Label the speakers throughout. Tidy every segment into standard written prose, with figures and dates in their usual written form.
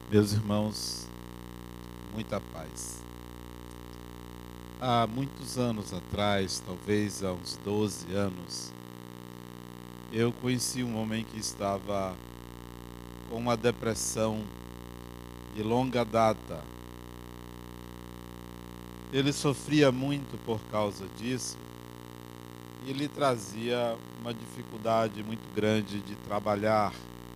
Speaker 1: Meus irmãos, muita paz. Há muitos anos atrás, talvez há uns 12 anos, eu conheci um homem que estava com uma depressão de longa data. Ele sofria muito por causa disso e lhe trazia uma dificuldade muito grande de trabalhar.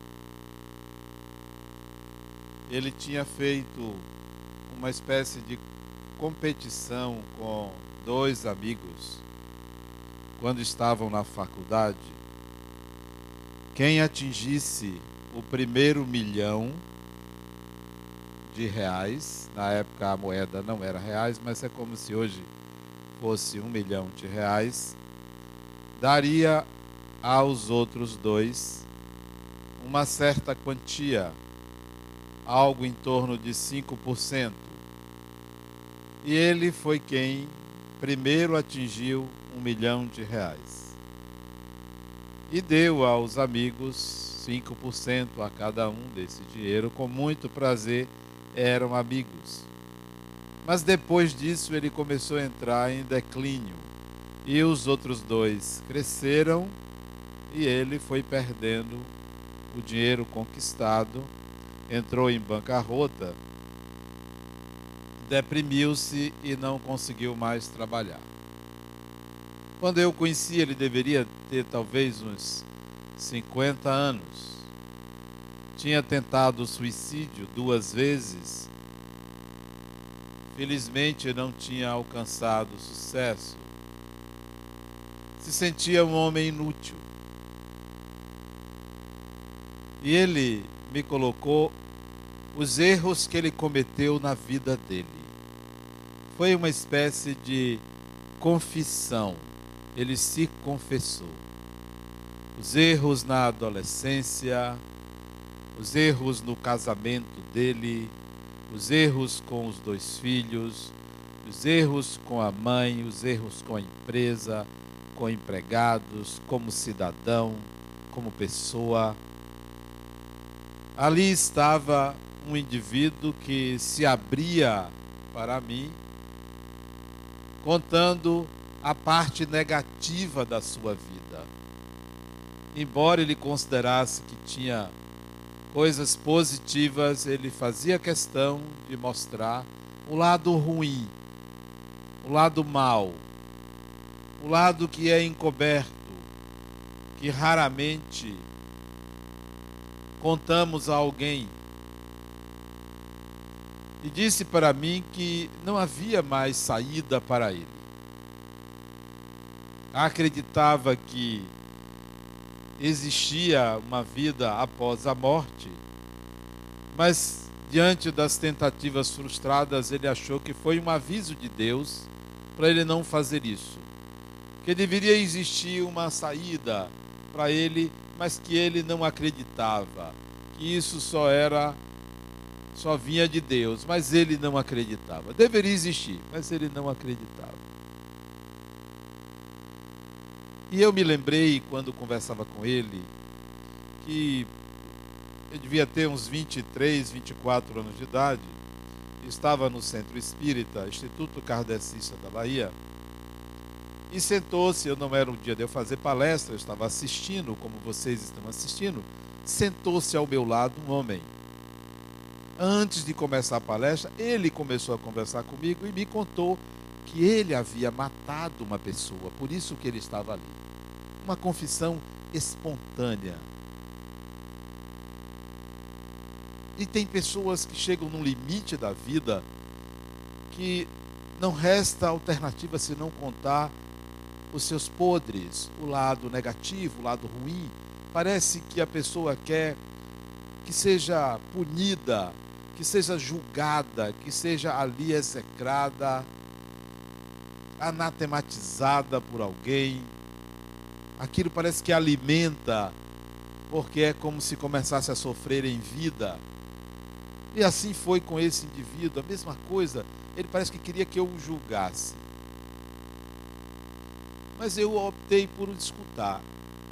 Speaker 1: Ele tinha feito uma espécie de competição com dois amigos quando estavam na faculdade. Quem atingisse o primeiro milhão de reais, na época a moeda não era reais, mas é como se hoje fosse 1 milhão de reais, daria aos outros dois uma certa quantia, algo em torno de 5%. E ele foi quem primeiro atingiu 1 milhão de reais. E deu aos amigos 5% a cada um desse dinheiro, com muito prazer, eram amigos. Mas depois disso ele começou a entrar em declínio. E os outros dois cresceram e ele foi perdendo o dinheiro conquistado, entrou em bancarrota, deprimiu-se e não conseguiu mais trabalhar. Quando eu o conheci, ele deveria ter talvez uns 50 anos. Tinha tentado suicídio 2 vezes. Felizmente não tinha alcançado sucesso. Se sentia um homem inútil. E ele me colocou os erros que ele cometeu na vida dele. Foi uma espécie de confissão. Ele se confessou. Os erros na adolescência, os erros no casamento dele, os erros com os 2 filhos, os erros com a mãe, os erros com a empresa, com empregados, como cidadão, como pessoa. Ali estava um indivíduo que se abria para mim, contando a parte negativa da sua vida. Embora ele considerasse que tinha coisas positivas, ele fazia questão de mostrar o lado ruim, o lado mau, o lado que é encoberto, que raramente contamos a alguém. E disse para mim que não havia mais saída para ele. Acreditava que existia uma vida após a morte, mas diante das tentativas frustradas, ele achou que foi um aviso de Deus para ele não fazer isso, que deveria existir uma saída para ele, mas que ele não acreditava, que isso só vinha de Deus, mas ele não acreditava. Deveria existir, mas ele não acreditava. E eu me lembrei, quando conversava com ele, que eu devia ter uns 23, 24 anos de idade, estava no Centro Espírita, Instituto Kardecista da Bahia, e sentou-se. Eu não era o dia de eu fazer palestra, eu estava assistindo, como vocês estão assistindo. Sentou-se ao meu lado um homem. Antes de começar a palestra, ele começou a conversar comigo e me contou que ele havia matado uma pessoa, por isso que ele estava ali. Uma confissão espontânea. E tem pessoas que chegam num limite da vida que não resta alternativa senão contar os seus podres, o lado negativo, o lado ruim. Parece que a pessoa quer que seja punida, que seja julgada, que seja ali execrada, anatematizada por alguém. Aquilo parece que alimenta, porque é como se começasse a sofrer em vida. E assim foi com esse indivíduo, a mesma coisa. Ele parece que queria que eu o julgasse. Mas eu optei por escutar.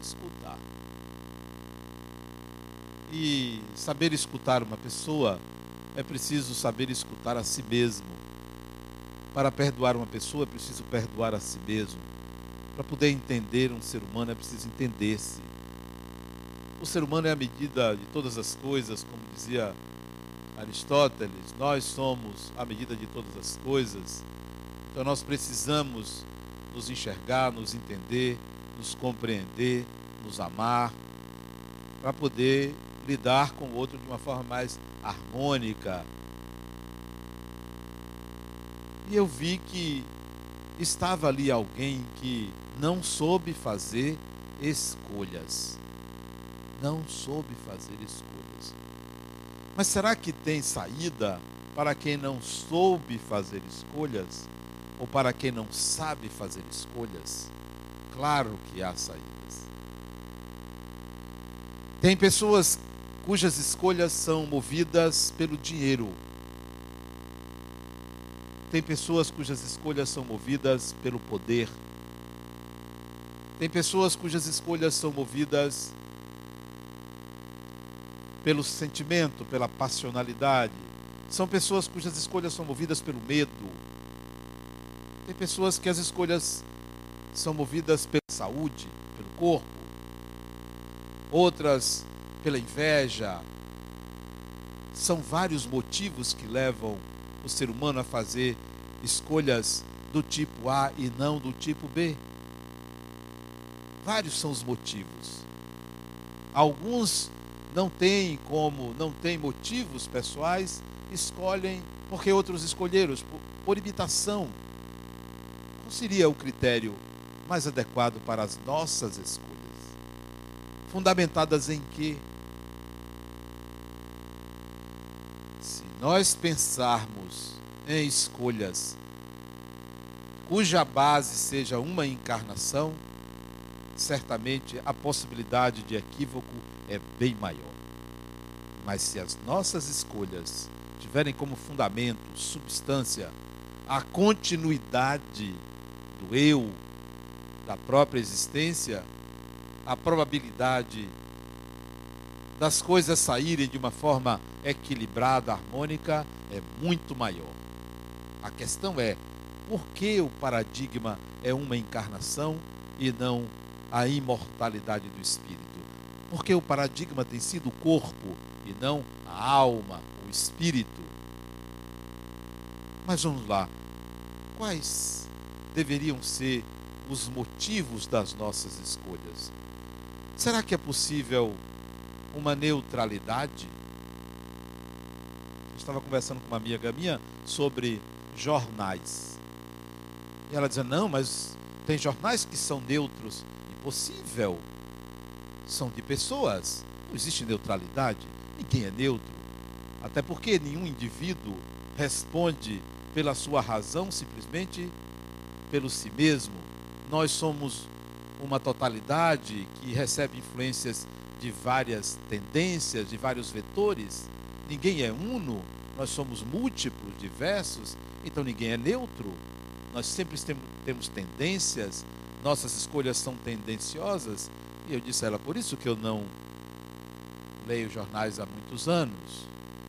Speaker 1: E saber escutar uma pessoa é preciso saber escutar a si mesmo. Para perdoar uma pessoa, é preciso perdoar a si mesmo. Para poder entender um ser humano, é preciso entender-se. O ser humano é a medida de todas as coisas, como dizia Aristóteles, nós somos a medida de todas as coisas. Então nós precisamos nos enxergar, nos entender, nos compreender, nos amar, para poder lidar com o outro de uma forma mais harmônica. E eu vi que estava ali alguém que não soube fazer escolhas. Não soube fazer escolhas. Mas será que tem saída para quem não soube fazer escolhas? Ou para quem não sabe fazer escolhas? Claro que há saídas. Tem pessoas cujas escolhas são movidas pelo dinheiro. Tem pessoas cujas escolhas são movidas pelo poder. Tem pessoas cujas escolhas são movidas pelo sentimento, pela passionalidade. São pessoas cujas escolhas são movidas pelo medo. Tem pessoas que as escolhas são movidas pela saúde, pelo corpo. Outras pela inveja. São vários motivos que levam o ser humano a fazer escolhas do tipo A e não do tipo B. Vários são os motivos. Alguns não têm motivos pessoais, escolhem porque outros escolheram, por imitação. Qual seria o critério mais adequado para as nossas escolhas? Fundamentadas em quê? Se nós pensarmos em escolhas cuja base seja uma encarnação, certamente a possibilidade de equívoco é bem maior. Mas se as nossas escolhas tiverem como fundamento, substância, a continuidade do eu, da própria existência, a probabilidade das coisas saírem de uma forma equilibrada, harmônica, é muito maior. A questão é, por que o paradigma é uma encarnação e não a imortalidade do espírito? Porque o paradigma tem sido o corpo e não a alma, o espírito. Mas vamos lá. Quais deveriam ser os motivos das nossas escolhas? Será que é possível uma neutralidade? Eu estava conversando com uma amiga minha sobre jornais. E ela dizia, não, mas tem jornais que são neutros. Impossível. São de pessoas. Não existe neutralidade. Ninguém é neutro. Até porque nenhum indivíduo responde pela sua razão, simplesmente pelo si mesmo. Nós somos uma totalidade que recebe influências de várias tendências, de vários vetores. Ninguém é uno, nós somos múltiplos, diversos, então ninguém é neutro. Nós sempre temos tendências, nossas escolhas são tendenciosas. E eu disse a ela, por isso que eu não leio jornais há muitos anos.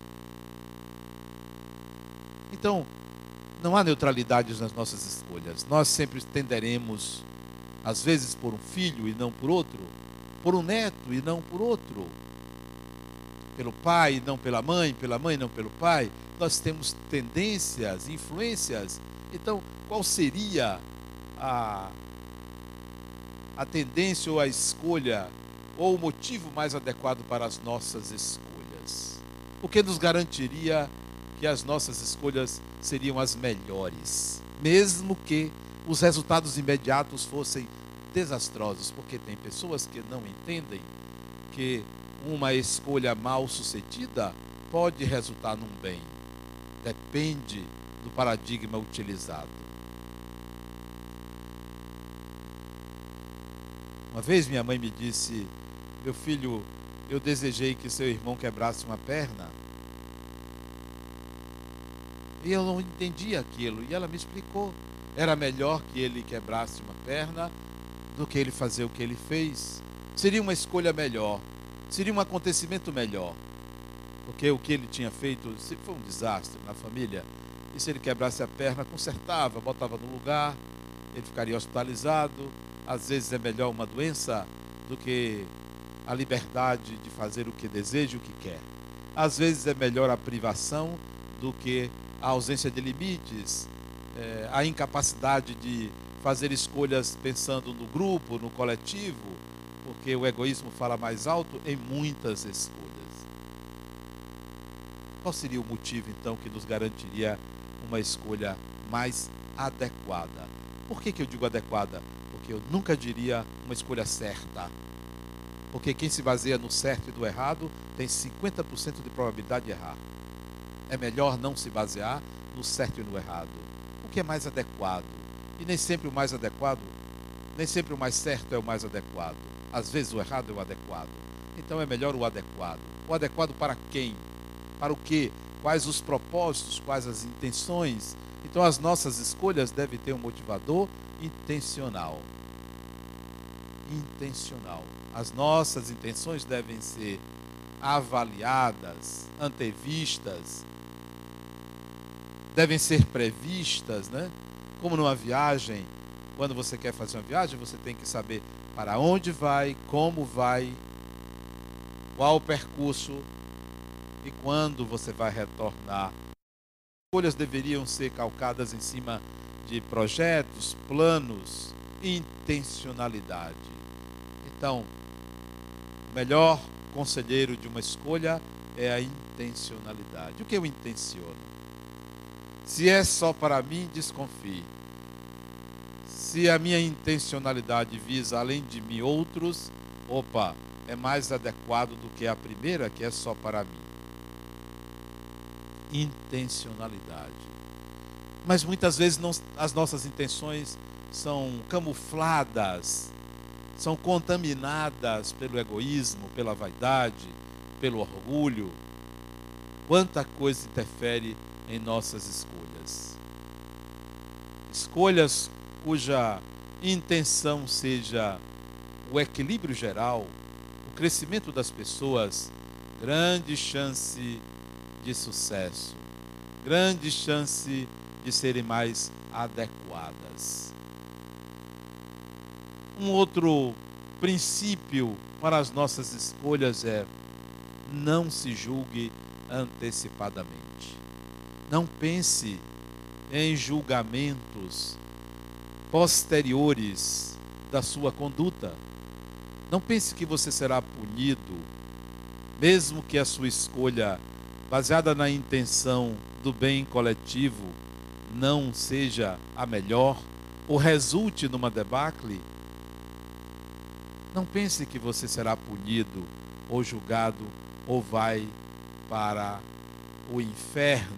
Speaker 1: Então, não há neutralidade nas nossas escolhas. Nós sempre tenderemos, às vezes, por um filho e não por outro, por um neto e não por outro, pelo pai e não pela mãe e não pelo pai. Nós temos tendências, influências. Então, qual seria a tendência ou a escolha ou o motivo mais adequado para as nossas escolhas? O que nos garantiria que as nossas escolhas seriam as melhores, mesmo que os resultados imediatos fossem desastrosos? Porque tem pessoas que não entendem que uma escolha mal sucedida pode resultar num bem. Depende do paradigma utilizado. Uma vez minha mãe me disse, meu filho, eu desejei que seu irmão quebrasse uma perna. E eu não entendi aquilo. E ela me explicou. Era melhor que ele quebrasse uma perna do que ele fazer o que ele fez. Seria uma escolha melhor. Seria um acontecimento melhor. Porque porque o que ele tinha feito foi um desastre na família. E se ele quebrasse a perna, consertava, botava no lugar, ele ficaria hospitalizado. Às vezes é melhor uma doença do que a liberdade de fazer o que deseja e o que quer. Às vezes é melhor a privação do que a ausência de limites, a incapacidade de fazer escolhas pensando no grupo, no coletivo, porque o egoísmo fala mais alto em muitas escolhas. Qual seria o motivo, então, que nos garantiria uma escolha mais adequada? Por que eu digo adequada? Porque eu nunca diria uma escolha certa. Porque quem se baseia no certo e do errado tem 50% de probabilidade de errar. É melhor não se basear no certo e no errado. O que é mais adequado? E nem sempre o mais adequado, nem sempre o mais certo é o mais adequado. Às vezes o errado é o adequado. Então é melhor o adequado. O adequado para quem? Para o quê? Quais os propósitos? Quais as intenções? Então as nossas escolhas devem ter um motivador intencional. Intencional. As nossas intenções devem ser avaliadas, antevistas, devem ser previstas, né? Como numa viagem, quando você quer fazer uma viagem, você tem que saber para onde vai, como vai, qual o percurso e quando você vai retornar. As escolhas deveriam ser calcadas em cima de projetos, planos, intencionalidade. Então, o melhor conselheiro de uma escolha é a intencionalidade. O que eu intenciono? Se é só para mim, desconfie. Se a minha intencionalidade visa, além de mim, outros, é mais adequado do que a primeira, que é só para mim. Intencionalidade. Mas muitas vezes as nossas intenções são camufladas, são contaminadas pelo egoísmo, pela vaidade, pelo orgulho. Quanta coisa interfere em nossas escolhas. Escolhas cuja intenção seja o equilíbrio geral, o crescimento das pessoas, grande chance de sucesso, grande chance de serem mais adequadas. Um outro princípio para as nossas escolhas é: não se julgue antecipadamente. Não pense em julgamentos posteriores da sua conduta. Não pense que você será punido, mesmo que a sua escolha, baseada na intenção do bem coletivo, não seja a melhor ou resulte numa debacle. Não pense que você será punido ou julgado ou vai para o inferno.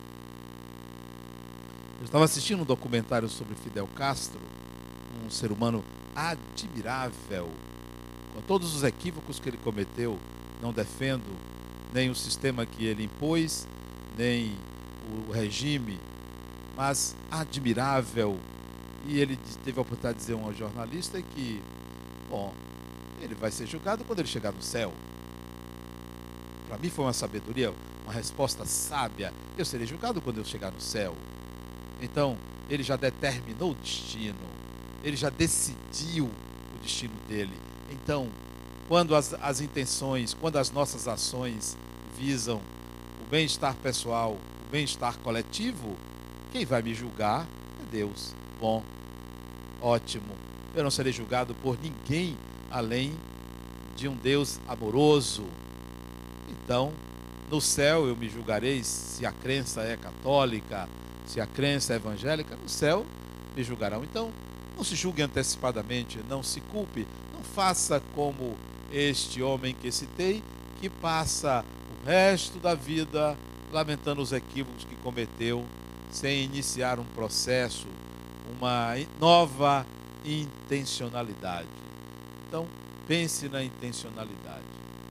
Speaker 1: Eu estava assistindo um documentário sobre Fidel Castro, um ser humano admirável, com todos os equívocos que ele cometeu. Não defendo nem o sistema que ele impôs, nem o regime, mas admirável. E ele teve a oportunidade de dizer a um jornalista que, ele vai ser julgado quando ele chegar no céu. Para mim foi uma sabedoria, uma resposta sábia. Eu serei julgado quando eu chegar no céu. Então, ele já determinou o destino. Ele já decidiu o destino dele. Então, quando as intenções, quando as nossas ações visam o bem-estar pessoal, o bem-estar coletivo, quem vai me julgar é Deus. Bom, ótimo. Eu não serei julgado por ninguém além de um Deus amoroso. Então, no céu eu me julgarei se a crença é católica, se a crença é evangélica, no céu me julgarão. Então, não se julgue antecipadamente, não se culpe, não faça como este homem que citei, que passa o resto da vida lamentando os equívocos que cometeu, sem iniciar um processo, uma nova intencionalidade. Então, pense na intencionalidade.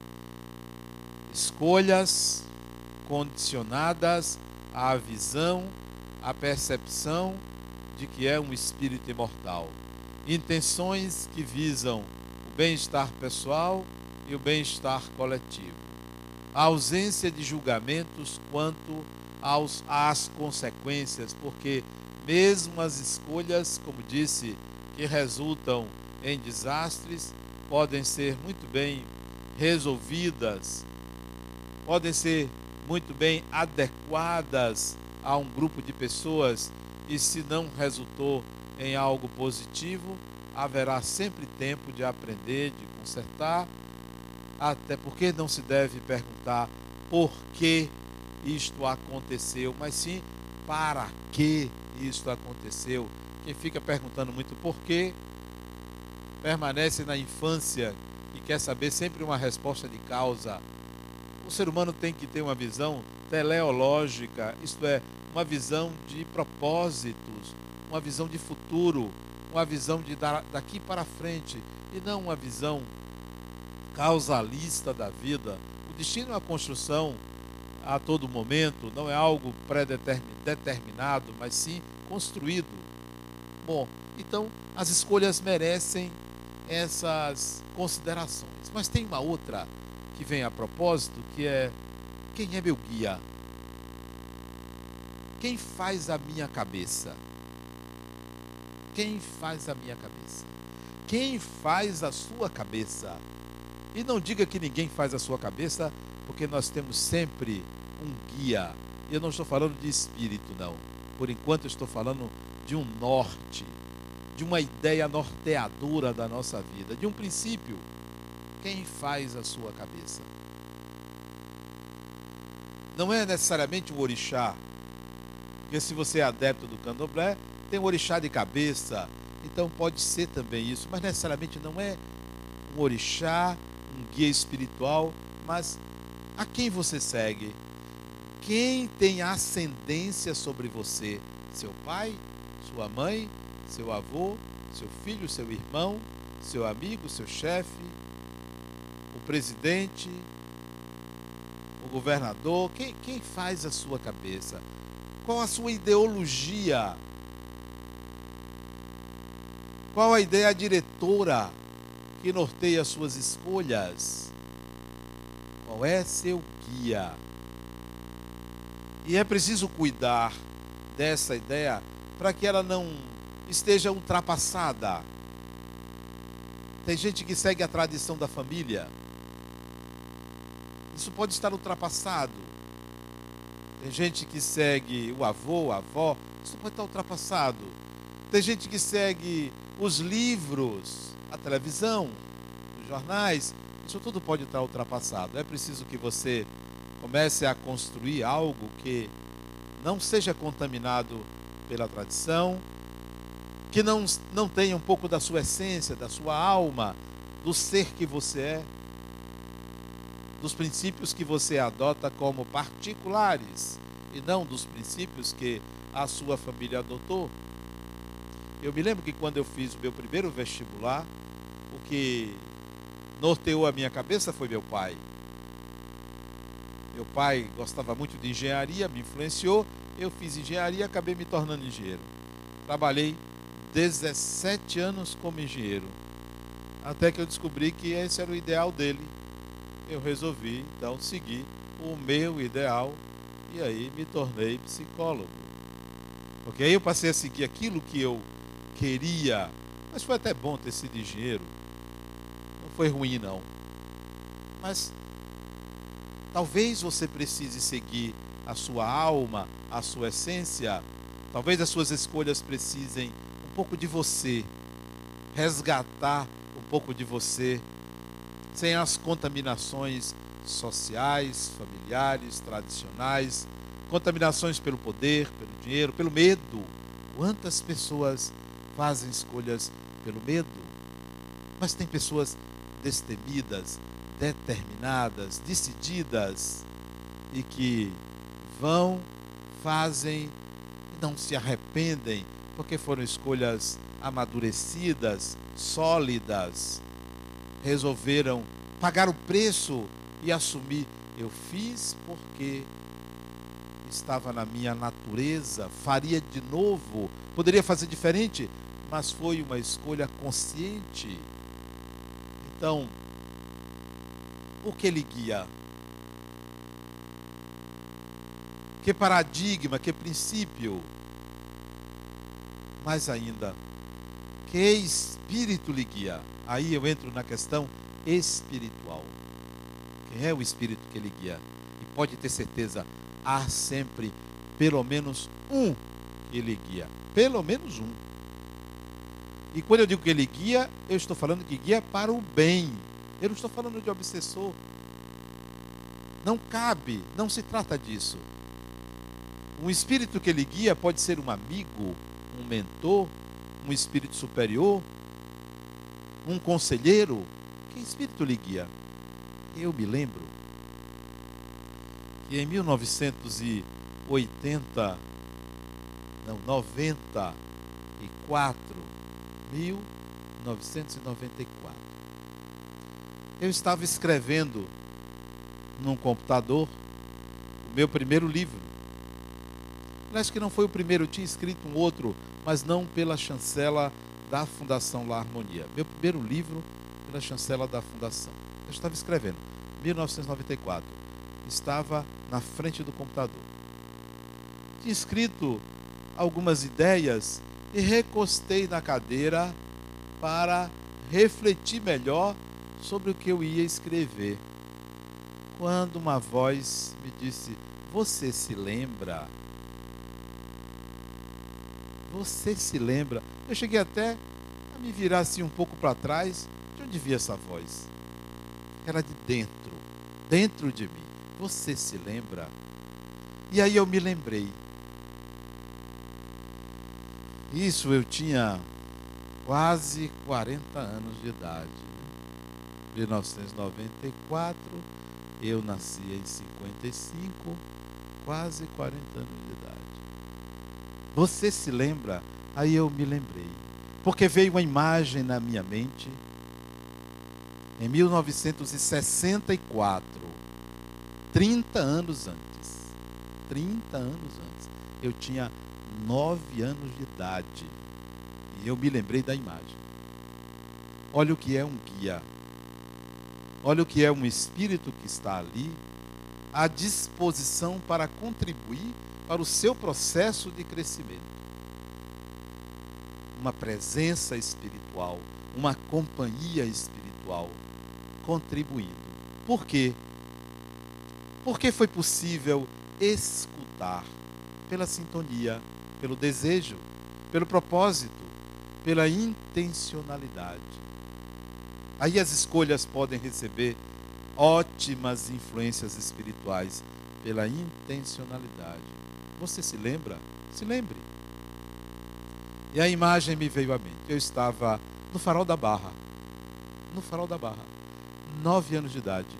Speaker 1: Escolhas condicionadas à visão, à percepção de que é um espírito imortal. Intenções que visam o bem-estar pessoal e o bem-estar coletivo. a ausência de julgamentos quanto às consequências, porque mesmo as escolhas, como disse, que resultam em desastres, podem ser muito bem resolvidas, podem ser muito bem adequadas a um grupo de pessoas, e se não resultou em algo positivo, haverá sempre tempo de aprender, de consertar, até porque não se deve perguntar por que isto aconteceu, mas sim para que isto aconteceu. Quem fica perguntando muito por quê, permanece na infância e quer saber sempre uma resposta de causa. O ser humano tem que ter uma visão teleológica, isto é, uma visão de propósitos, uma visão de futuro, uma visão de daqui para frente, e não uma visão causalista da vida. O destino é uma construção a todo momento, não é algo pré-determinado, mas sim construído. Bom, então as escolhas merecem essas considerações. Mas tem uma outra que vem a propósito, que é: quem é meu guia? Quem faz a minha cabeça? Quem faz a minha cabeça? Quem faz a sua cabeça? E não diga que ninguém faz a sua cabeça, porque nós temos sempre um guia. Eu não estou falando de espírito, não. Por enquanto eu estou falando de um norte, de uma ideia norteadora da nossa vida, de um princípio. Quem faz a sua cabeça? Não é necessariamente um orixá, porque se você é adepto do candomblé, tem um orixá de cabeça, então pode ser também isso, mas necessariamente não é um orixá, um guia espiritual, mas a quem você segue? Quem tem ascendência sobre você? Seu pai, sua mãe, seu avô, seu filho, seu irmão, seu amigo, seu chefe, o presidente, o governador? Quem faz a sua cabeça? Qual a sua ideologia? Qual a ideia diretora que norteia as suas escolhas? Qual é seu guia? E é preciso cuidar dessa ideia para que ela não esteja ultrapassada. Tem gente que segue a tradição da família. Isso pode estar ultrapassado. Tem gente que segue o avô, a avó. Isso pode estar ultrapassado. Tem gente que segue os livros, a televisão, os jornais. Isso tudo pode estar ultrapassado. É preciso que você comece a construir algo que não seja contaminado pela tradição, que não tenha um pouco da sua essência, da sua alma, do ser que você é, dos princípios que você adota como particulares e não dos princípios que a sua família adotou. Eu me lembro que quando eu fiz o meu primeiro vestibular, o que norteou a minha cabeça foi meu pai. Meu pai gostava muito de engenharia, me influenciou, eu fiz engenharia e acabei me tornando engenheiro. Trabalhei 17 anos como engenheiro, até que eu descobri que esse era o ideal dele. Eu resolvi então seguir o meu ideal e aí me tornei psicólogo. Porque aí eu passei a seguir aquilo que eu queria, mas foi até bom ter sido engenheiro. Não foi ruim, não. Mas talvez você precise seguir a sua alma, a sua essência. Talvez as suas escolhas precisem um pouco de você, resgatar um pouco de você, sem as contaminações sociais, familiares, tradicionais, contaminações pelo poder, pelo dinheiro, pelo medo. Quantas pessoas fazem escolhas pelo medo? Mas tem pessoas destemidas, determinadas, decididas, e que vão, fazem e não se arrependem, porque foram escolhas amadurecidas, sólidas. Resolveram pagar o preço e assumir: eu fiz porque estava na minha natureza, faria de novo, poderia fazer diferente, mas foi uma escolha consciente. Então, o que lhe guia? que paradigma, que princípio. Mais ainda, que espírito lhe guia? Aí eu entro na questão espiritual. Quem é o espírito que lhe guia? E pode ter certeza, há sempre pelo menos um que lhe guia. Pelo menos um. E quando eu digo que ele guia, eu estou falando que guia para o bem. Eu não estou falando de obsessor. Não cabe, não se trata disso. Um espírito que lhe guia pode ser um amigo, um mentor, um espírito superior, um conselheiro. Que espírito lhe guia? Eu me lembro que em 1994, eu estava escrevendo num computador o meu primeiro livro. Acho que não foi o primeiro, eu tinha escrito um outro, mas não pela chancela da Fundação La Harmonia. Meu primeiro livro pela chancela da Fundação. Eu estava escrevendo, 1994. Estava na frente do computador. Tinha escrito algumas ideias e recostei na cadeira para refletir melhor sobre o que eu ia escrever. Quando uma voz me disse: "Você se lembra? Você se lembra?" Eu cheguei até a me virar assim um pouco para trás. De onde vinha essa voz? Era de dentro, dentro de mim. Você se lembra? E aí eu me lembrei. Isso eu tinha quase 40 anos de idade. 1994, eu nasci em 55, quase 40 anos de idade. Você se lembra? Aí eu me lembrei. Porque veio uma imagem na minha mente. Em 1964, 30 anos antes. 30 anos antes. Eu tinha 9 anos de idade. E eu me lembrei da imagem. Olha o que é um guia. Olha o que é um espírito que está ali à disposição para contribuir para o seu processo de crescimento. Uma presença espiritual, uma companhia espiritual contribuindo. Por quê? Porque foi possível escutar pela sintonia, pelo desejo, pelo propósito, pela intencionalidade. Aí as escolhas podem receber ótimas influências espirituais pela intencionalidade. Você se lembra? Se lembre. E a imagem me veio à mente. Eu estava no Farol da Barra. No Farol da Barra. 9 anos de idade.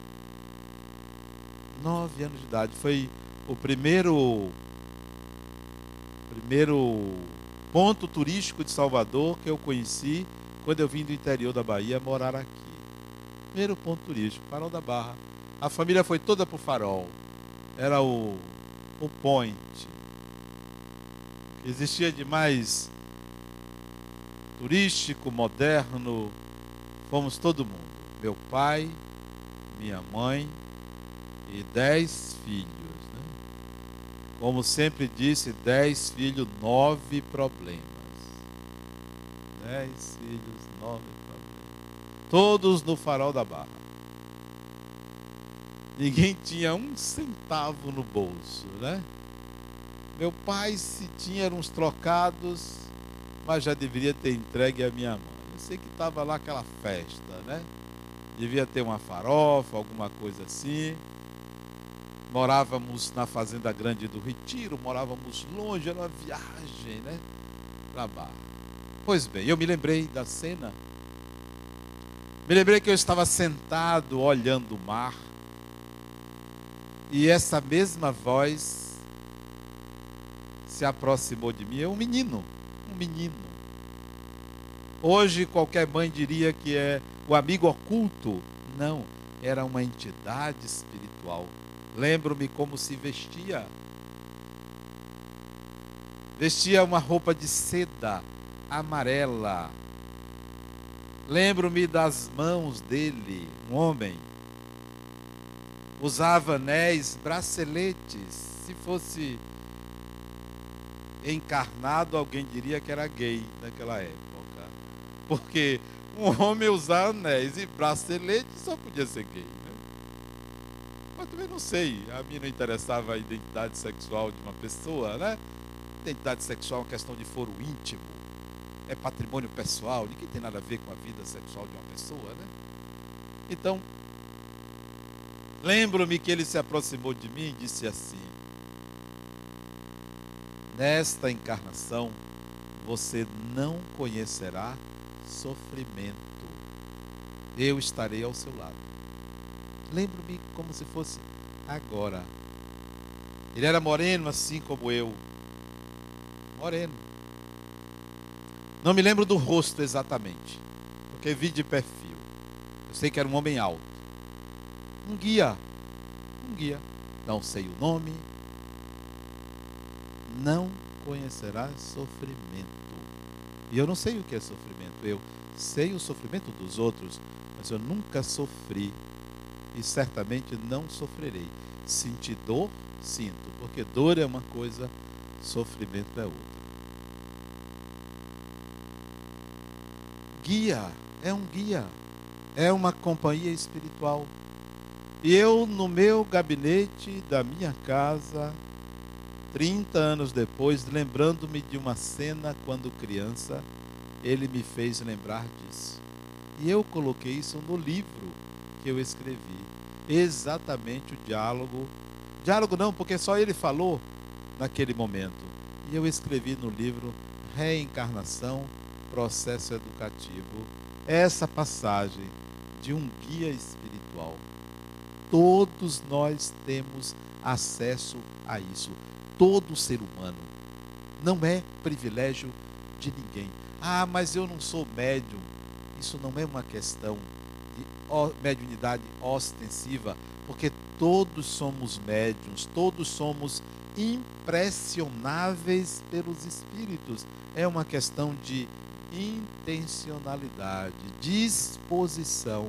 Speaker 1: 9 anos de idade. Foi o primeiro ponto turístico de Salvador que eu conheci quando eu vim do interior da Bahia morar aqui. Primeiro ponto turístico, Farol da Barra. A família foi toda para o Farol. Era o point. Existia de mais turístico, moderno. Fomos todo mundo. Meu pai, minha mãe e 10 filhos. Né? Como sempre disse, 10 filhos, 9 problemas. 10 filhos, 9 problemas. Todos no Farol da Barra. Ninguém tinha um centavo no bolso, né? Meu pai, se tinha, eram uns trocados, mas já deveria ter entregue a minha mãe. Eu sei que estava lá aquela festa, né? Devia ter uma farofa, alguma coisa assim. Morávamos na Fazenda Grande do Retiro, morávamos longe, era uma viagem, né? Para Barra. Pois bem, eu me lembrei da cena. Me lembrei que eu estava sentado olhando o mar. E essa mesma voz se aproximou de mim. É um menino. Hoje qualquer mãe diria que é o amigo oculto. Não, era uma entidade espiritual. Lembro-me como se vestia. Vestia uma roupa de seda amarela. Lembro-me das mãos dele, um homem. usava anéis, braceletes. Se fosse encarnado, alguém diria que era gay naquela época. Porque um homem usar anéis e braceletes só podia ser gay, né? Mas também não sei, a mim não interessava a identidade sexual de uma pessoa, né? Identidade sexual é uma questão de foro íntimo, é patrimônio pessoal, ninguém tem nada a ver com a vida sexual de uma pessoa, né? Então, lembro-me que ele se aproximou de mim e disse assim: nesta encarnação, você não conhecerá sofrimento. Eu estarei ao seu lado. Lembro-me como se fosse agora. Ele era moreno, assim como eu. Moreno. Não me lembro do rosto exatamente, porque vi de perfil. Eu sei que era um homem alto. Um guia. Um guia. Não sei o nome. Não conhecerás sofrimento. E eu não sei o que é sofrimento. Eu sei o sofrimento dos outros, mas eu nunca sofri. E certamente não sofrerei. Sentir dor, sinto. Porque dor é uma coisa, sofrimento é outra. Guia, é um guia. É uma companhia espiritual. E eu, no meu gabinete da minha casa, 30 anos depois, lembrando-me de uma cena quando criança, ele me fez lembrar disso. E eu coloquei isso no livro que eu escrevi. Exatamente o diálogo. Diálogo não, porque só ele falou naquele momento. E eu escrevi no livro Reencarnação, Processo Educativo, essa passagem de um guia espiritual. Todos nós temos acesso a isso. Todo ser humano. Não é privilégio de ninguém. Ah, mas eu não sou médium. Isso não é uma questão de mediunidade ostensiva, porque todos somos médiuns, todos somos impressionáveis pelos espíritos. É uma questão de intencionalidade, disposição.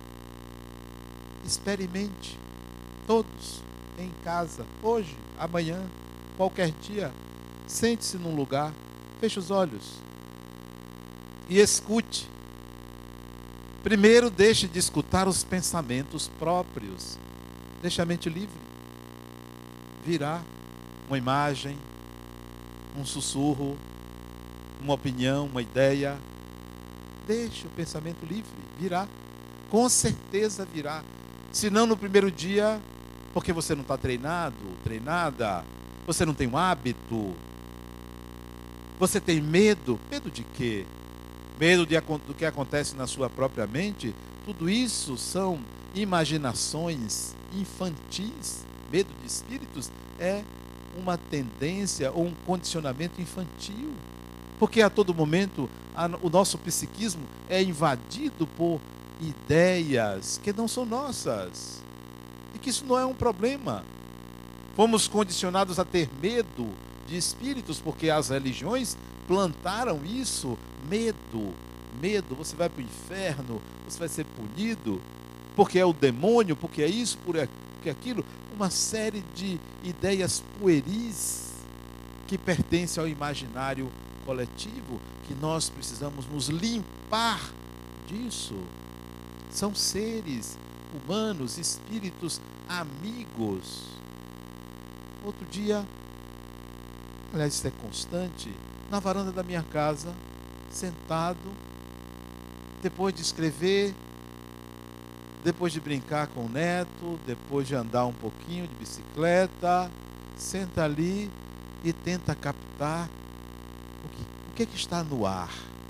Speaker 1: Experimente, todos, em casa, hoje, amanhã, qualquer dia. Sente-se num lugar, feche os olhos e escute. Primeiro, deixe de escutar os pensamentos próprios. Deixe a mente livre. Virá uma imagem, um sussurro, uma opinião, uma ideia. Deixe o pensamento livre, virá. Com certeza virá. Se não no primeiro dia, porque você não está treinado, treinada, você não tem um hábito, você tem medo. Medo de quê? Medo do que acontece na sua própria mente. Tudo isso são imaginações infantis. Medo de espíritos é uma tendência ou um condicionamento infantil. Porque a todo momento o nosso psiquismo é invadido por ideias que não são nossas. E que isso não é um problema. Fomos condicionados a ter medo de espíritos, porque as religiões plantaram isso, medo. Medo, você vai para o inferno, você vai ser punido, porque é o demônio, porque é isso, porque é aquilo. Uma série de ideias pueris que pertencem ao imaginário coletivo, que nós precisamos nos limpar disso. São seres humanos, espíritos amigos. Outro dia, aliás, isso é constante, na varanda da minha casa, sentado, depois de escrever, depois de brincar com o neto, depois de andar um pouquinho de bicicleta, senta ali e tenta captar o que está no ar.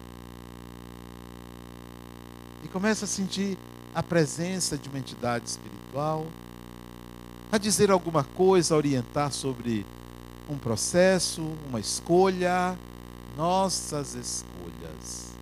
Speaker 1: E começa a sentir a presença de uma entidade espiritual, a dizer alguma coisa, a orientar sobre um processo, uma escolha. Nossas escolhas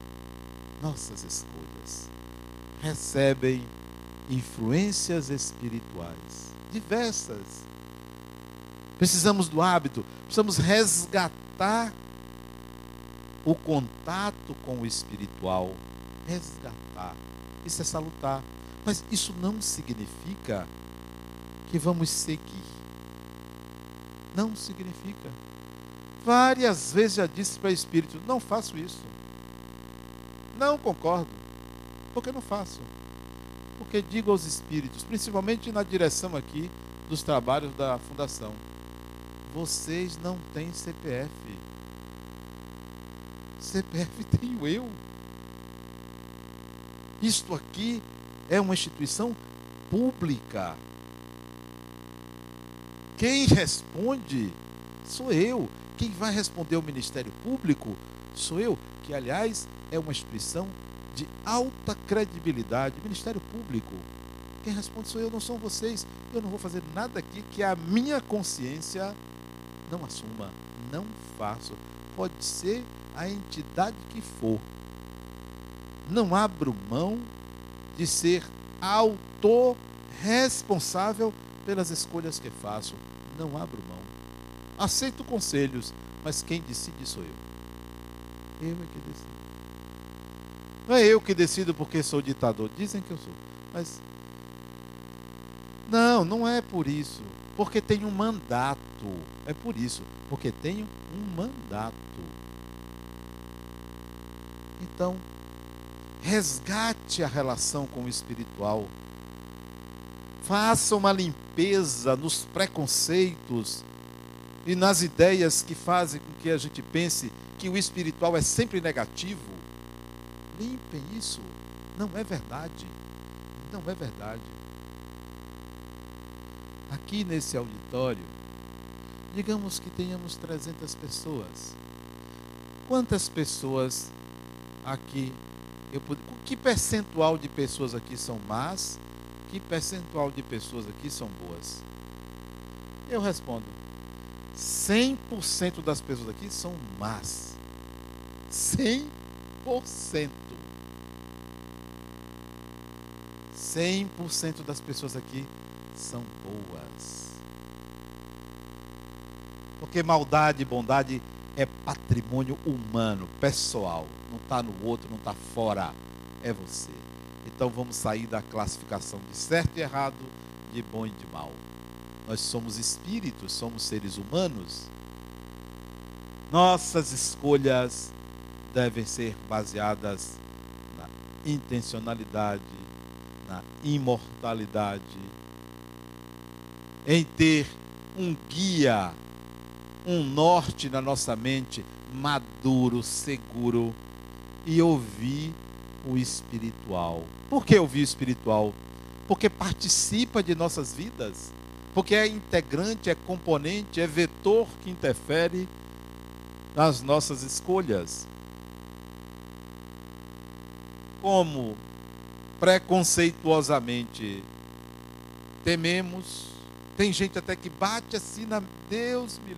Speaker 1: recebem influências espirituais diversas. Precisamos do hábito, precisamos resgatar o contato com o espiritual. Resgatar. Isso é salutar. Mas isso não significa que vamos seguir. Não significa. Várias vezes já disse para o Espírito, não faço isso. Não concordo. Porque não faço. Porque digo aos Espíritos, principalmente na direção aqui dos trabalhos da Fundação, vocês não têm CPF. CPF tenho eu. Isto aqui é uma instituição pública. Quem responde sou eu. Quem vai responder ao Ministério Público sou eu, que aliás é uma instituição de alta credibilidade. Ministério Público. Quem responde sou eu, não são vocês. Eu não vou fazer nada aqui que a minha consciência não assuma. Não faço. Pode ser a entidade que for. Não abro mão de ser autorresponsável pelas escolhas que faço. Não abro mão. Aceito conselhos, mas quem decide sou eu. Eu é que decido. Não é eu que decido porque sou ditador. Dizem que eu sou. Mas não é por isso. Porque tenho um mandato. É por isso. Porque tenho um mandato. Então, resgate a relação com o espiritual. Faça uma limpeza nos preconceitos e nas ideias que fazem com que a gente pense que o espiritual é sempre negativo. Limpem isso. Não é verdade. Não é verdade. Aqui nesse auditório, digamos que tenhamos 300 pessoas. Quantas pessoas aqui, que percentual de pessoas aqui são más? Que percentual de pessoas aqui são boas? Eu respondo, 100% das pessoas aqui são más. 100%. 100% das pessoas aqui são boas. Porque maldade e bondade é patrimônio humano, pessoal. Não está no outro, não está fora. É você. Então vamos sair da classificação de certo e errado, de bom e de mal. Nós somos espíritos, somos seres humanos. Nossas escolhas devem ser baseadas na intencionalidade, na imortalidade, em ter um guia, um norte na nossa mente, maduro, seguro, e ouvir o espiritual. Por que ouvir o espiritual? Porque participa de nossas vidas, porque é integrante, é componente, é vetor que interfere nas nossas escolhas. Como preconceituosamente tememos, tem gente até que bate assim na Deus me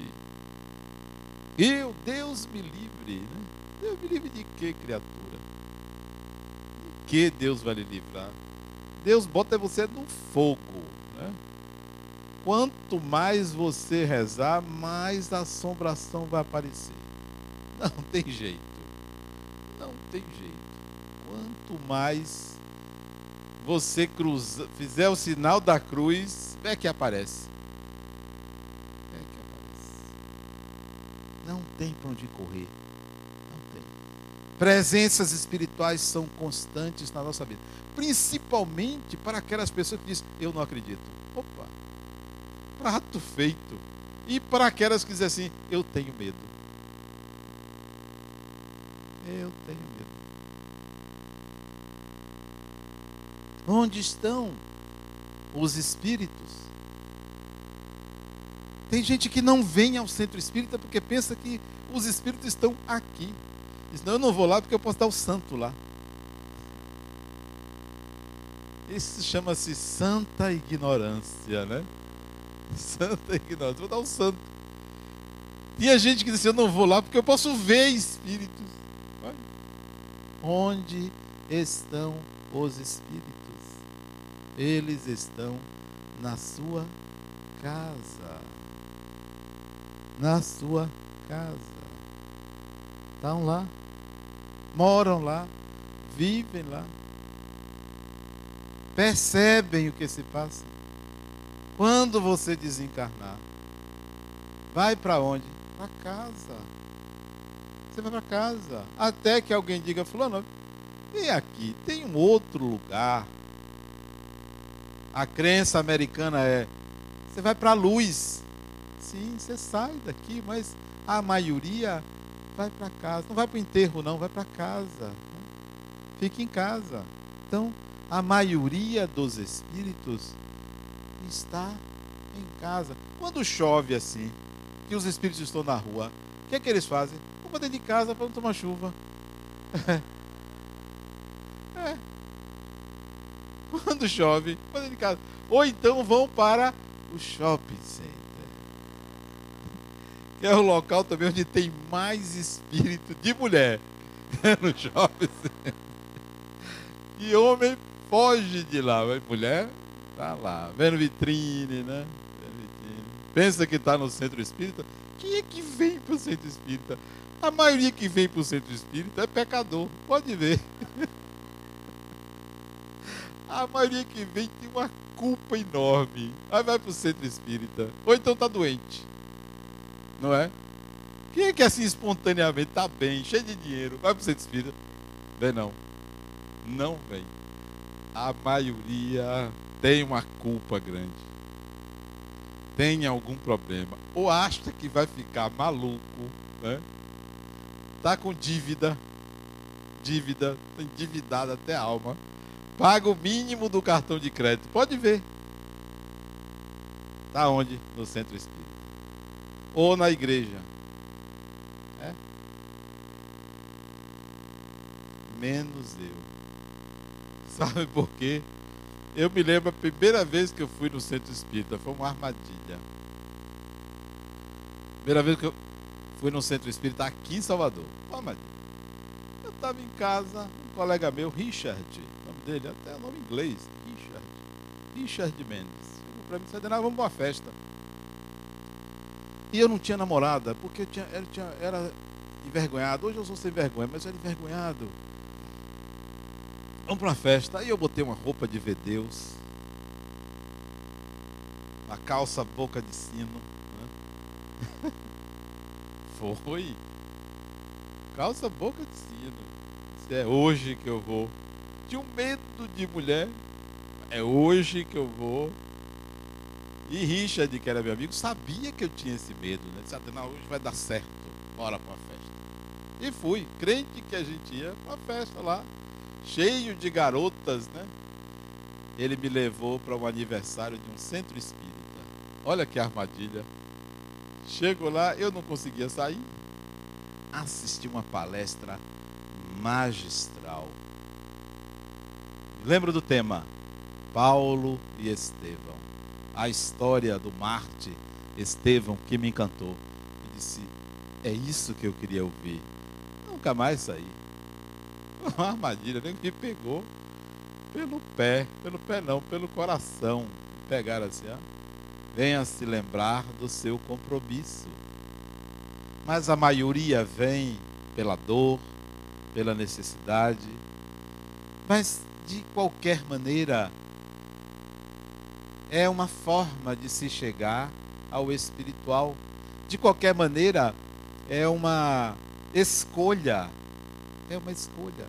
Speaker 1: livre. Deus me livre, né? Deus me livre de quê, criatura? De que Deus vai lhe livrar? Deus bota você no fogo, né? Quanto mais você rezar, mais a assombração vai aparecer. Não tem jeito. Não tem jeito. Quanto mais você fizer o sinal da cruz, é que aparece. É que aparece. Não tem para onde correr. Não tem. Presenças espirituais são constantes na nossa vida. Principalmente para aquelas pessoas que dizem, eu não acredito. Opa! Prato feito. E para aquelas que dizem assim, eu tenho medo. Eu tenho medo. Onde estão os espíritos? Tem gente que não vem ao centro espírita porque pensa que os espíritos estão aqui. Diz, não, eu não vou lá porque eu posso dar o santo lá. Isso chama-se santa ignorância, né? Santa ignorância. Vou dar o santo. Tinha gente que disse, eu não vou lá porque eu posso ver espíritos. Olha. Onde estão os espíritos? Eles estão na sua casa. Na sua casa. Estão lá. Moram lá. Vivem lá. Percebem o que se passa. Quando você desencarnar, vai para onde? Para casa. Você vai para casa. Até que alguém diga, fulano, vem aqui, tem um outro lugar. A crença americana é, você vai para a luz. Sim, você sai daqui, mas a maioria vai para casa. Não vai para o enterro, não, vai para casa. Fique em casa. Então, a maioria dos espíritos está em casa. Quando chove assim, que os espíritos estão na rua, o que é que eles fazem? Vão para dentro de casa para não tomar chuva. É. Quando chove, vão dentro de casa. Ou então vão para o shopping center, que é o local também onde tem mais espírito de mulher. No shopping center. E homem foge de lá, mas mulher tá lá, vendo vitrine, né? Vendo vitrine. Pensa que está no centro espírita. Quem é que vem para o centro espírita? A maioria que vem para o centro espírita é pecador, pode ver. A maioria que vem tem uma culpa enorme. Aí vai para o centro espírita. Ou então está doente, não é? Quem é que assim espontaneamente está bem, cheio de dinheiro, vai para o centro espírita? Vem não. Não vem. A maioria tem uma culpa grande. Tem algum problema. Ou acha que vai ficar maluco, né? Tá com dívida, endividado até a alma. Paga o mínimo do cartão de crédito. Pode ver. Tá onde? No centro espírita. Ou na igreja. É? Menos eu. Sabe por quê? Eu me lembro a primeira vez que eu fui no centro espírita, foi uma armadilha. Primeira vez que eu fui no centro espírita aqui em Salvador, foi uma armadilha. Eu estava em casa, um colega meu, Richard, o nome dele, até o nome em inglês, Richard Mendes. Chegou para mim e disse, vamos para uma festa. E eu não tinha namorada, porque eu era envergonhado. Hoje eu sou sem vergonha, mas eu era envergonhado. Vamos para uma festa. Aí eu botei uma roupa de ver Deus, uma calça boca de sino, né? Foi calça boca de sino. Isso é hoje que eu vou. Tinha um medo de mulher. É hoje que eu vou. E Richard, que era meu amigo, sabia que eu tinha esse medo, né? Disse, não, hoje vai dar certo, bora para uma festa. E fui, crente que a gente ia para uma festa lá, cheio de garotas, né? Ele me levou para um aniversário de um centro espírita. Olha que armadilha. Chego lá, eu não conseguia sair. Assisti uma palestra magistral. Lembro do tema? Paulo e Estevão. A história do Marte Estevão que me encantou. Eu disse, é isso que eu queria ouvir. Nunca mais saí. Uma armadilha, nem me pegou pelo pé não, pelo coração. Me pegaram assim, ó. Venha se lembrar do seu compromisso. Mas a maioria vem pela dor, pela necessidade. Mas de qualquer maneira, é uma forma de se chegar ao espiritual. De qualquer maneira, é uma escolha. É uma escolha.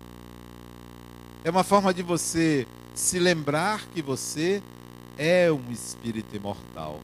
Speaker 1: É uma forma de você se lembrar que você é um espírito imortal.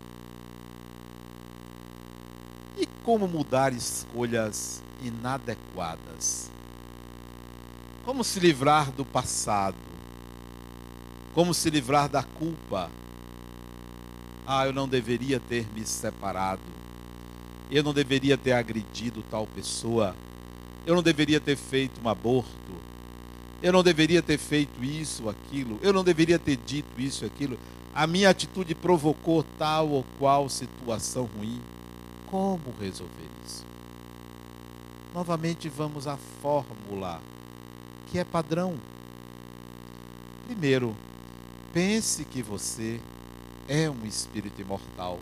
Speaker 1: E como mudar escolhas inadequadas? Como se livrar do passado? Como se livrar da culpa? Eu não deveria ter me separado. Eu não deveria ter agredido tal pessoa. Eu não deveria ter feito um aborto. Eu não deveria ter feito isso, aquilo. Eu não deveria ter dito isso, aquilo. A minha atitude provocou tal ou qual situação ruim. Como resolver isso? Novamente vamos à fórmula, que é padrão. Primeiro, pense que você é um espírito imortal.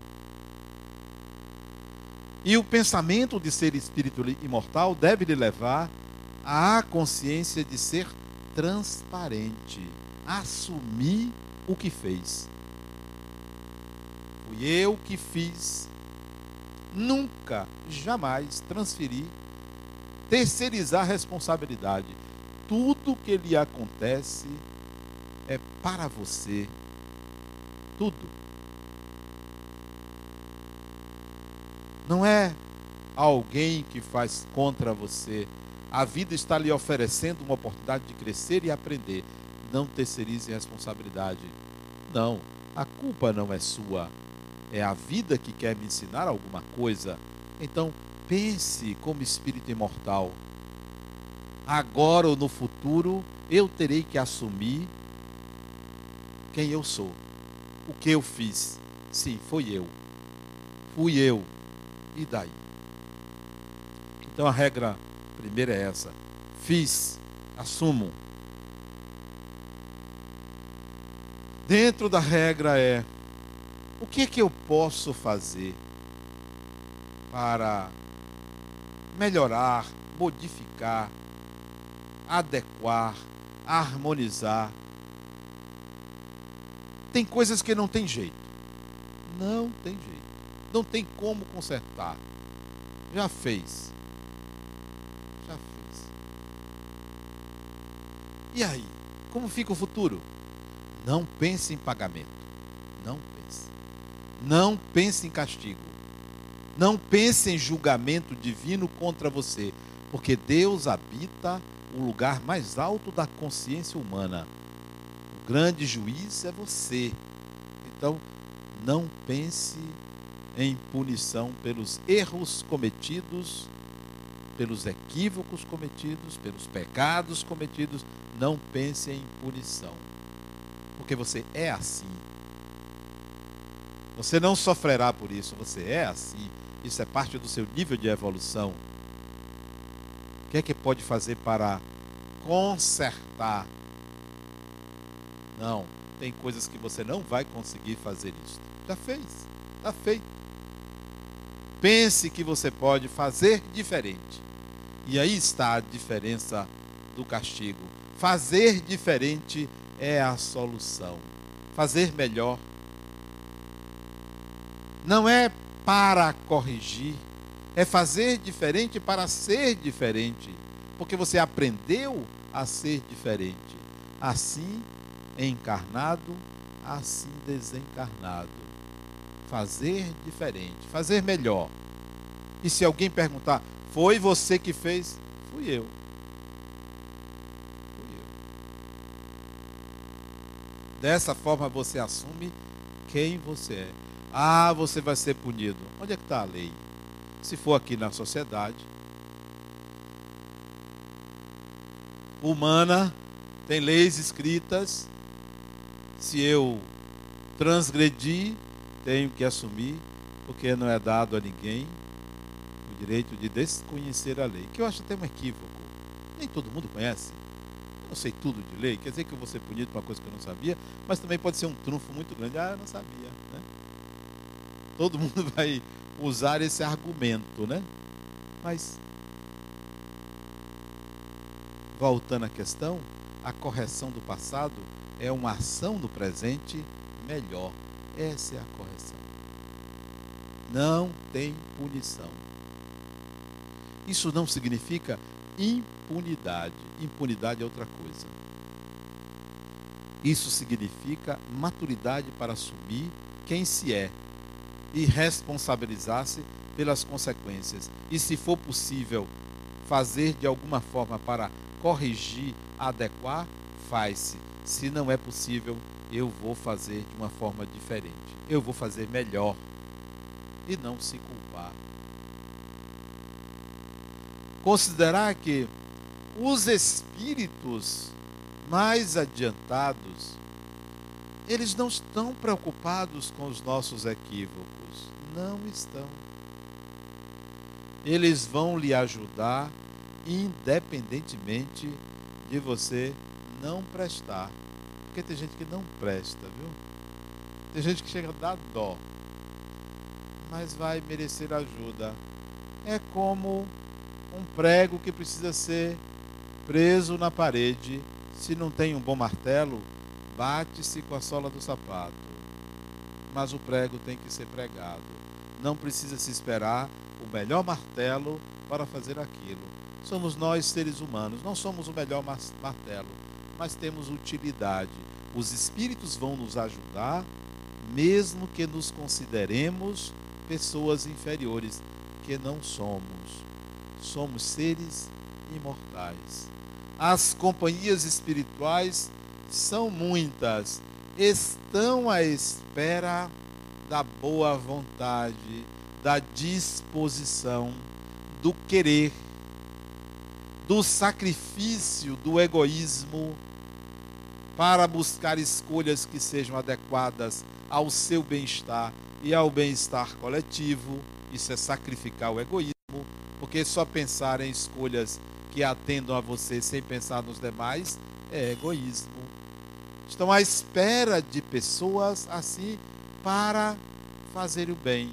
Speaker 1: E o pensamento de ser espírito imortal deve lhe levar à consciência de ser transparente, assumir o que fez. Fui eu que fiz. Nunca, jamais transferir, terceirizar a responsabilidade. Tudo que lhe acontece é para você. Tudo. Não é alguém que faz contra você. A vida está lhe oferecendo uma oportunidade de crescer e aprender. Não terceirize a responsabilidade. Não, a culpa não é sua. É a vida que quer me ensinar alguma coisa. Então, pense como espírito imortal. Agora ou no futuro, eu terei que assumir quem eu sou. O que eu fiz. Sim, foi eu. Fui eu. E daí? Então a regra primeira é essa. Fiz, assumo. Dentro da regra é: o que é que eu posso fazer para melhorar, modificar, adequar, harmonizar? Tem coisas que não tem jeito. Não tem jeito. Não tem como consertar. Já fez. Já fez. E aí? Como fica o futuro? Não pense em pagamento. Não pense. Não pense em castigo. Não pense em julgamento divino contra você. Porque Deus habita o lugar mais alto da consciência humana. O grande juiz é você. Então, não pense em punição pelos erros cometidos, pelos equívocos cometidos, pelos pecados cometidos. Não pense em punição. Porque você é assim. Você não sofrerá por isso, você é assim. Isso é parte do seu nível de evolução. O que é que pode fazer para consertar? Não, tem coisas que você não vai conseguir fazer isso. Já fez, está feito. Pense que você pode fazer diferente. E aí está a diferença do castigo. Fazer diferente é a solução. Fazer melhor. Não é para corrigir, é fazer diferente para ser diferente. Porque você aprendeu a ser diferente. Assim encarnado, assim desencarnado. Fazer diferente, fazer melhor. E se alguém perguntar: foi você que fez? Fui eu. Fui eu. Dessa forma você assume quem você é. Ah, você vai ser punido. Onde é que está a lei? Se for aqui na sociedade humana, tem leis escritas. Se eu transgredir, tenho que assumir, porque não é dado a ninguém o direito de desconhecer a lei. Que eu acho até um equívoco. Nem todo mundo conhece. Eu não sei tudo de lei. Quer dizer que eu vou ser punido por uma coisa que eu não sabia, mas também pode ser um trunfo muito grande. Ah, eu não sabia, né? Todo mundo vai usar esse argumento, né? Mas, voltando à questão, a correção do passado é uma ação no presente melhor. Essa é a correção. Não tem punição. Isso não significa impunidade. Impunidade é outra coisa. Isso significa maturidade para assumir quem se é e responsabilizar-se pelas consequências. E se for possível fazer de alguma forma para corrigir, adequar, faz-se. Se não é possível, eu vou fazer de uma forma diferente. Eu vou fazer melhor. E não se culpar. Considerar que os espíritos mais adiantados, eles não estão preocupados com os nossos equívocos. Não estão. Eles vão lhe ajudar independentemente de você não prestar. Porque tem gente que não presta, viu? Tem gente que chega a dar dó, mas vai merecer ajuda. É como um prego que precisa ser preso na parede. Se não tem um bom martelo, bate-se com a sola do sapato. mas o prego tem que ser pregado. Não precisa se esperar o melhor martelo para fazer aquilo. Somos nós, seres humanos, não somos o melhor martelo, mas temos utilidade. Os espíritos vão nos ajudar, mesmo que nos consideremos pessoas inferiores, que não somos. Somos seres imortais. As companhias espirituais são muitas, estão à espera da boa vontade, da disposição, do querer, do sacrifício, do egoísmo, para buscar escolhas que sejam adequadas ao seu bem-estar e ao bem-estar coletivo. Isso é sacrificar o egoísmo, porque só pensar em escolhas que atendam a você sem pensar nos demais é egoísmo. Estão à espera de pessoas assim para fazer o bem,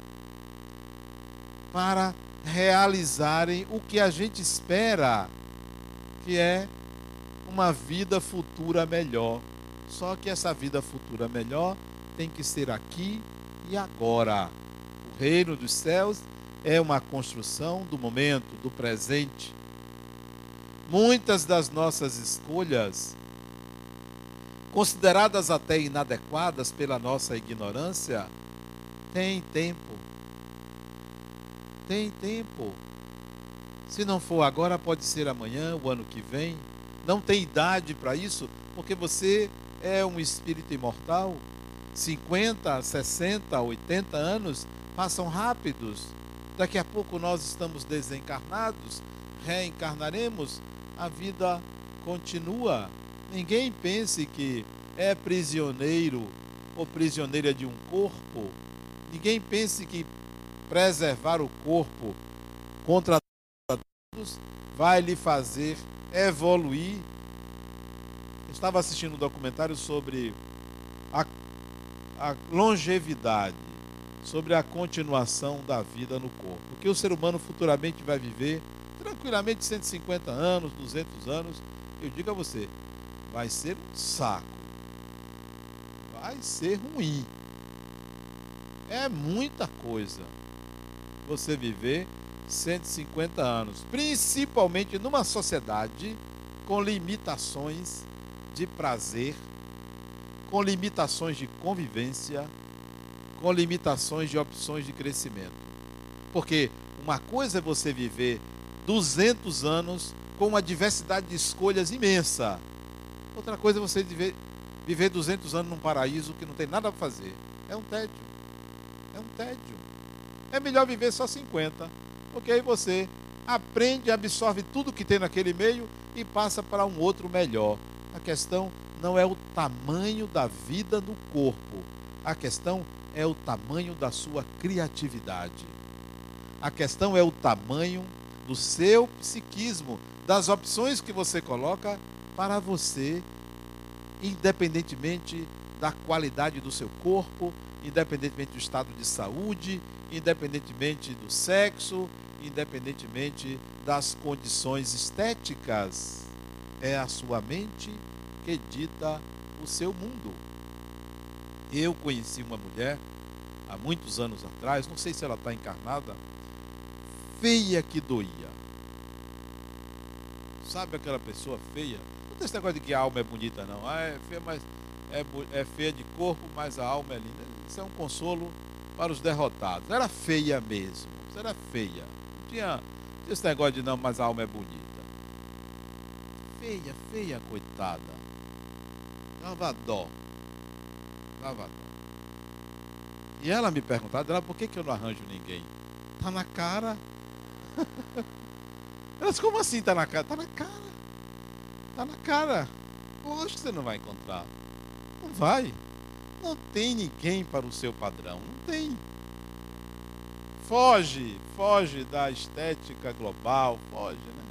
Speaker 1: para realizarem o que a gente espera, que é uma vida futura melhor. Só que essa vida futura melhor tem que ser aqui e agora. O reino dos céus é uma construção do momento, do presente. Muitas das nossas escolhas, consideradas até inadequadas pela nossa ignorância, têm tempo. Tem tempo. Se não for agora, pode ser amanhã, o ano que vem. Não tem idade para isso, porque você é um espírito imortal. 50, 60, 80 anos passam rápidos. Daqui a pouco nós estamos desencarnados, reencarnaremos, a vida continua. Ninguém pense que é prisioneiro ou prisioneira de um corpo. Ninguém pense que preservar o corpo contra todos vai lhe fazer evoluir. Eu estava assistindo um documentário sobre a longevidade, sobre a continuação da vida no corpo. Porque o ser humano futuramente vai viver tranquilamente 150 anos, 200 anos. Eu digo a você, vai ser um saco. Vai ser ruim. É muita coisa você viver 150 anos, principalmente numa sociedade com limitações de prazer, com limitações de convivência, com limitações de opções de crescimento. Porque uma coisa é você viver 200 anos com uma diversidade de escolhas imensa. Outra coisa é você viver 200 anos num paraíso que não tem nada para fazer. É um tédio. É um tédio. É melhor viver só 50, porque aí você aprende, absorve tudo que tem naquele meio e passa para um outro melhor. A questão não é o tamanho da vida no corpo. A questão é o tamanho da sua criatividade. A questão é o tamanho do seu psiquismo, das opções que você coloca para você, independentemente da qualidade do seu corpo, independentemente do estado de saúde, independentemente do sexo, independentemente das condições estéticas. É a sua mente que dita o seu mundo. Eu conheci uma mulher há muitos anos atrás, não sei se ela está encarnada, feia que doía. Sabe aquela pessoa feia? Não tem esse negócio de que a alma é bonita, não. Ah, é feia, mas é feia de corpo, mas a alma é linda. Isso é um consolo para os derrotados. Era feia mesmo. Isso era feia. Não tinha esse negócio de não, mas a alma é bonita. Feia, feia, coitada. Dava dó. Dava dó. E ela me perguntava, por que eu não arranjo ninguém? Tá na cara. Ela disse, como assim tá na cara? Tá na cara. Tá na cara. Lógico que você não vai encontrar. Não vai. Não tem ninguém para o seu padrão. Não tem. Foge da estética global. Foge, né?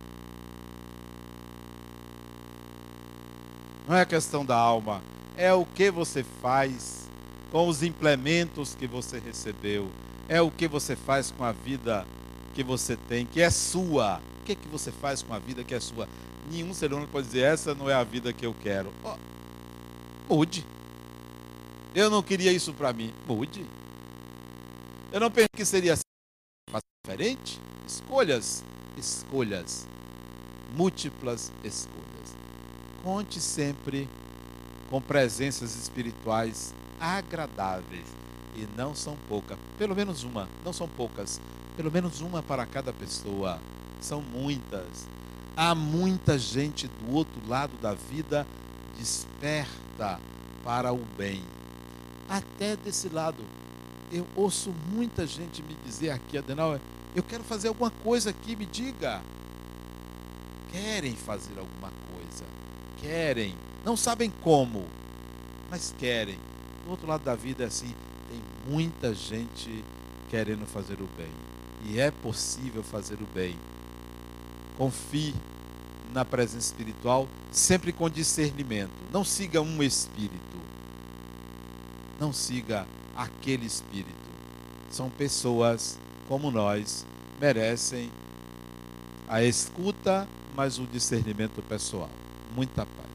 Speaker 1: Não é questão da alma. É o que você faz com os implementos que você recebeu. É o que você faz com a vida que você tem, que é sua. O que você faz com a vida que é sua? Nenhum ser humano pode dizer, essa não é a vida que eu quero. Oh, mude. Eu não queria isso para mim. Mude. Eu não pensei que seria assim. Faça diferente. Escolhas. Escolhas. Múltiplas escolhas. Conte sempre com presenças espirituais agradáveis. E não são poucas. Pelo menos uma. Não são poucas. Pelo menos uma para cada pessoa. São muitas. Há muita gente do outro lado da vida desperta para o bem. Até desse lado. Eu ouço muita gente me dizer aqui, Adenauer, eu quero fazer alguma coisa aqui, me diga. Querem fazer alguma coisa. Querem. Não sabem como, mas querem. Do outro lado da vida é assim, tem muita gente querendo fazer o bem. E é possível fazer o bem. Confie na presença espiritual, sempre com discernimento. Não siga um espírito. Não siga aquele espírito. São pessoas como nós, merecem a escuta, mas o discernimento pessoal. Muita paz.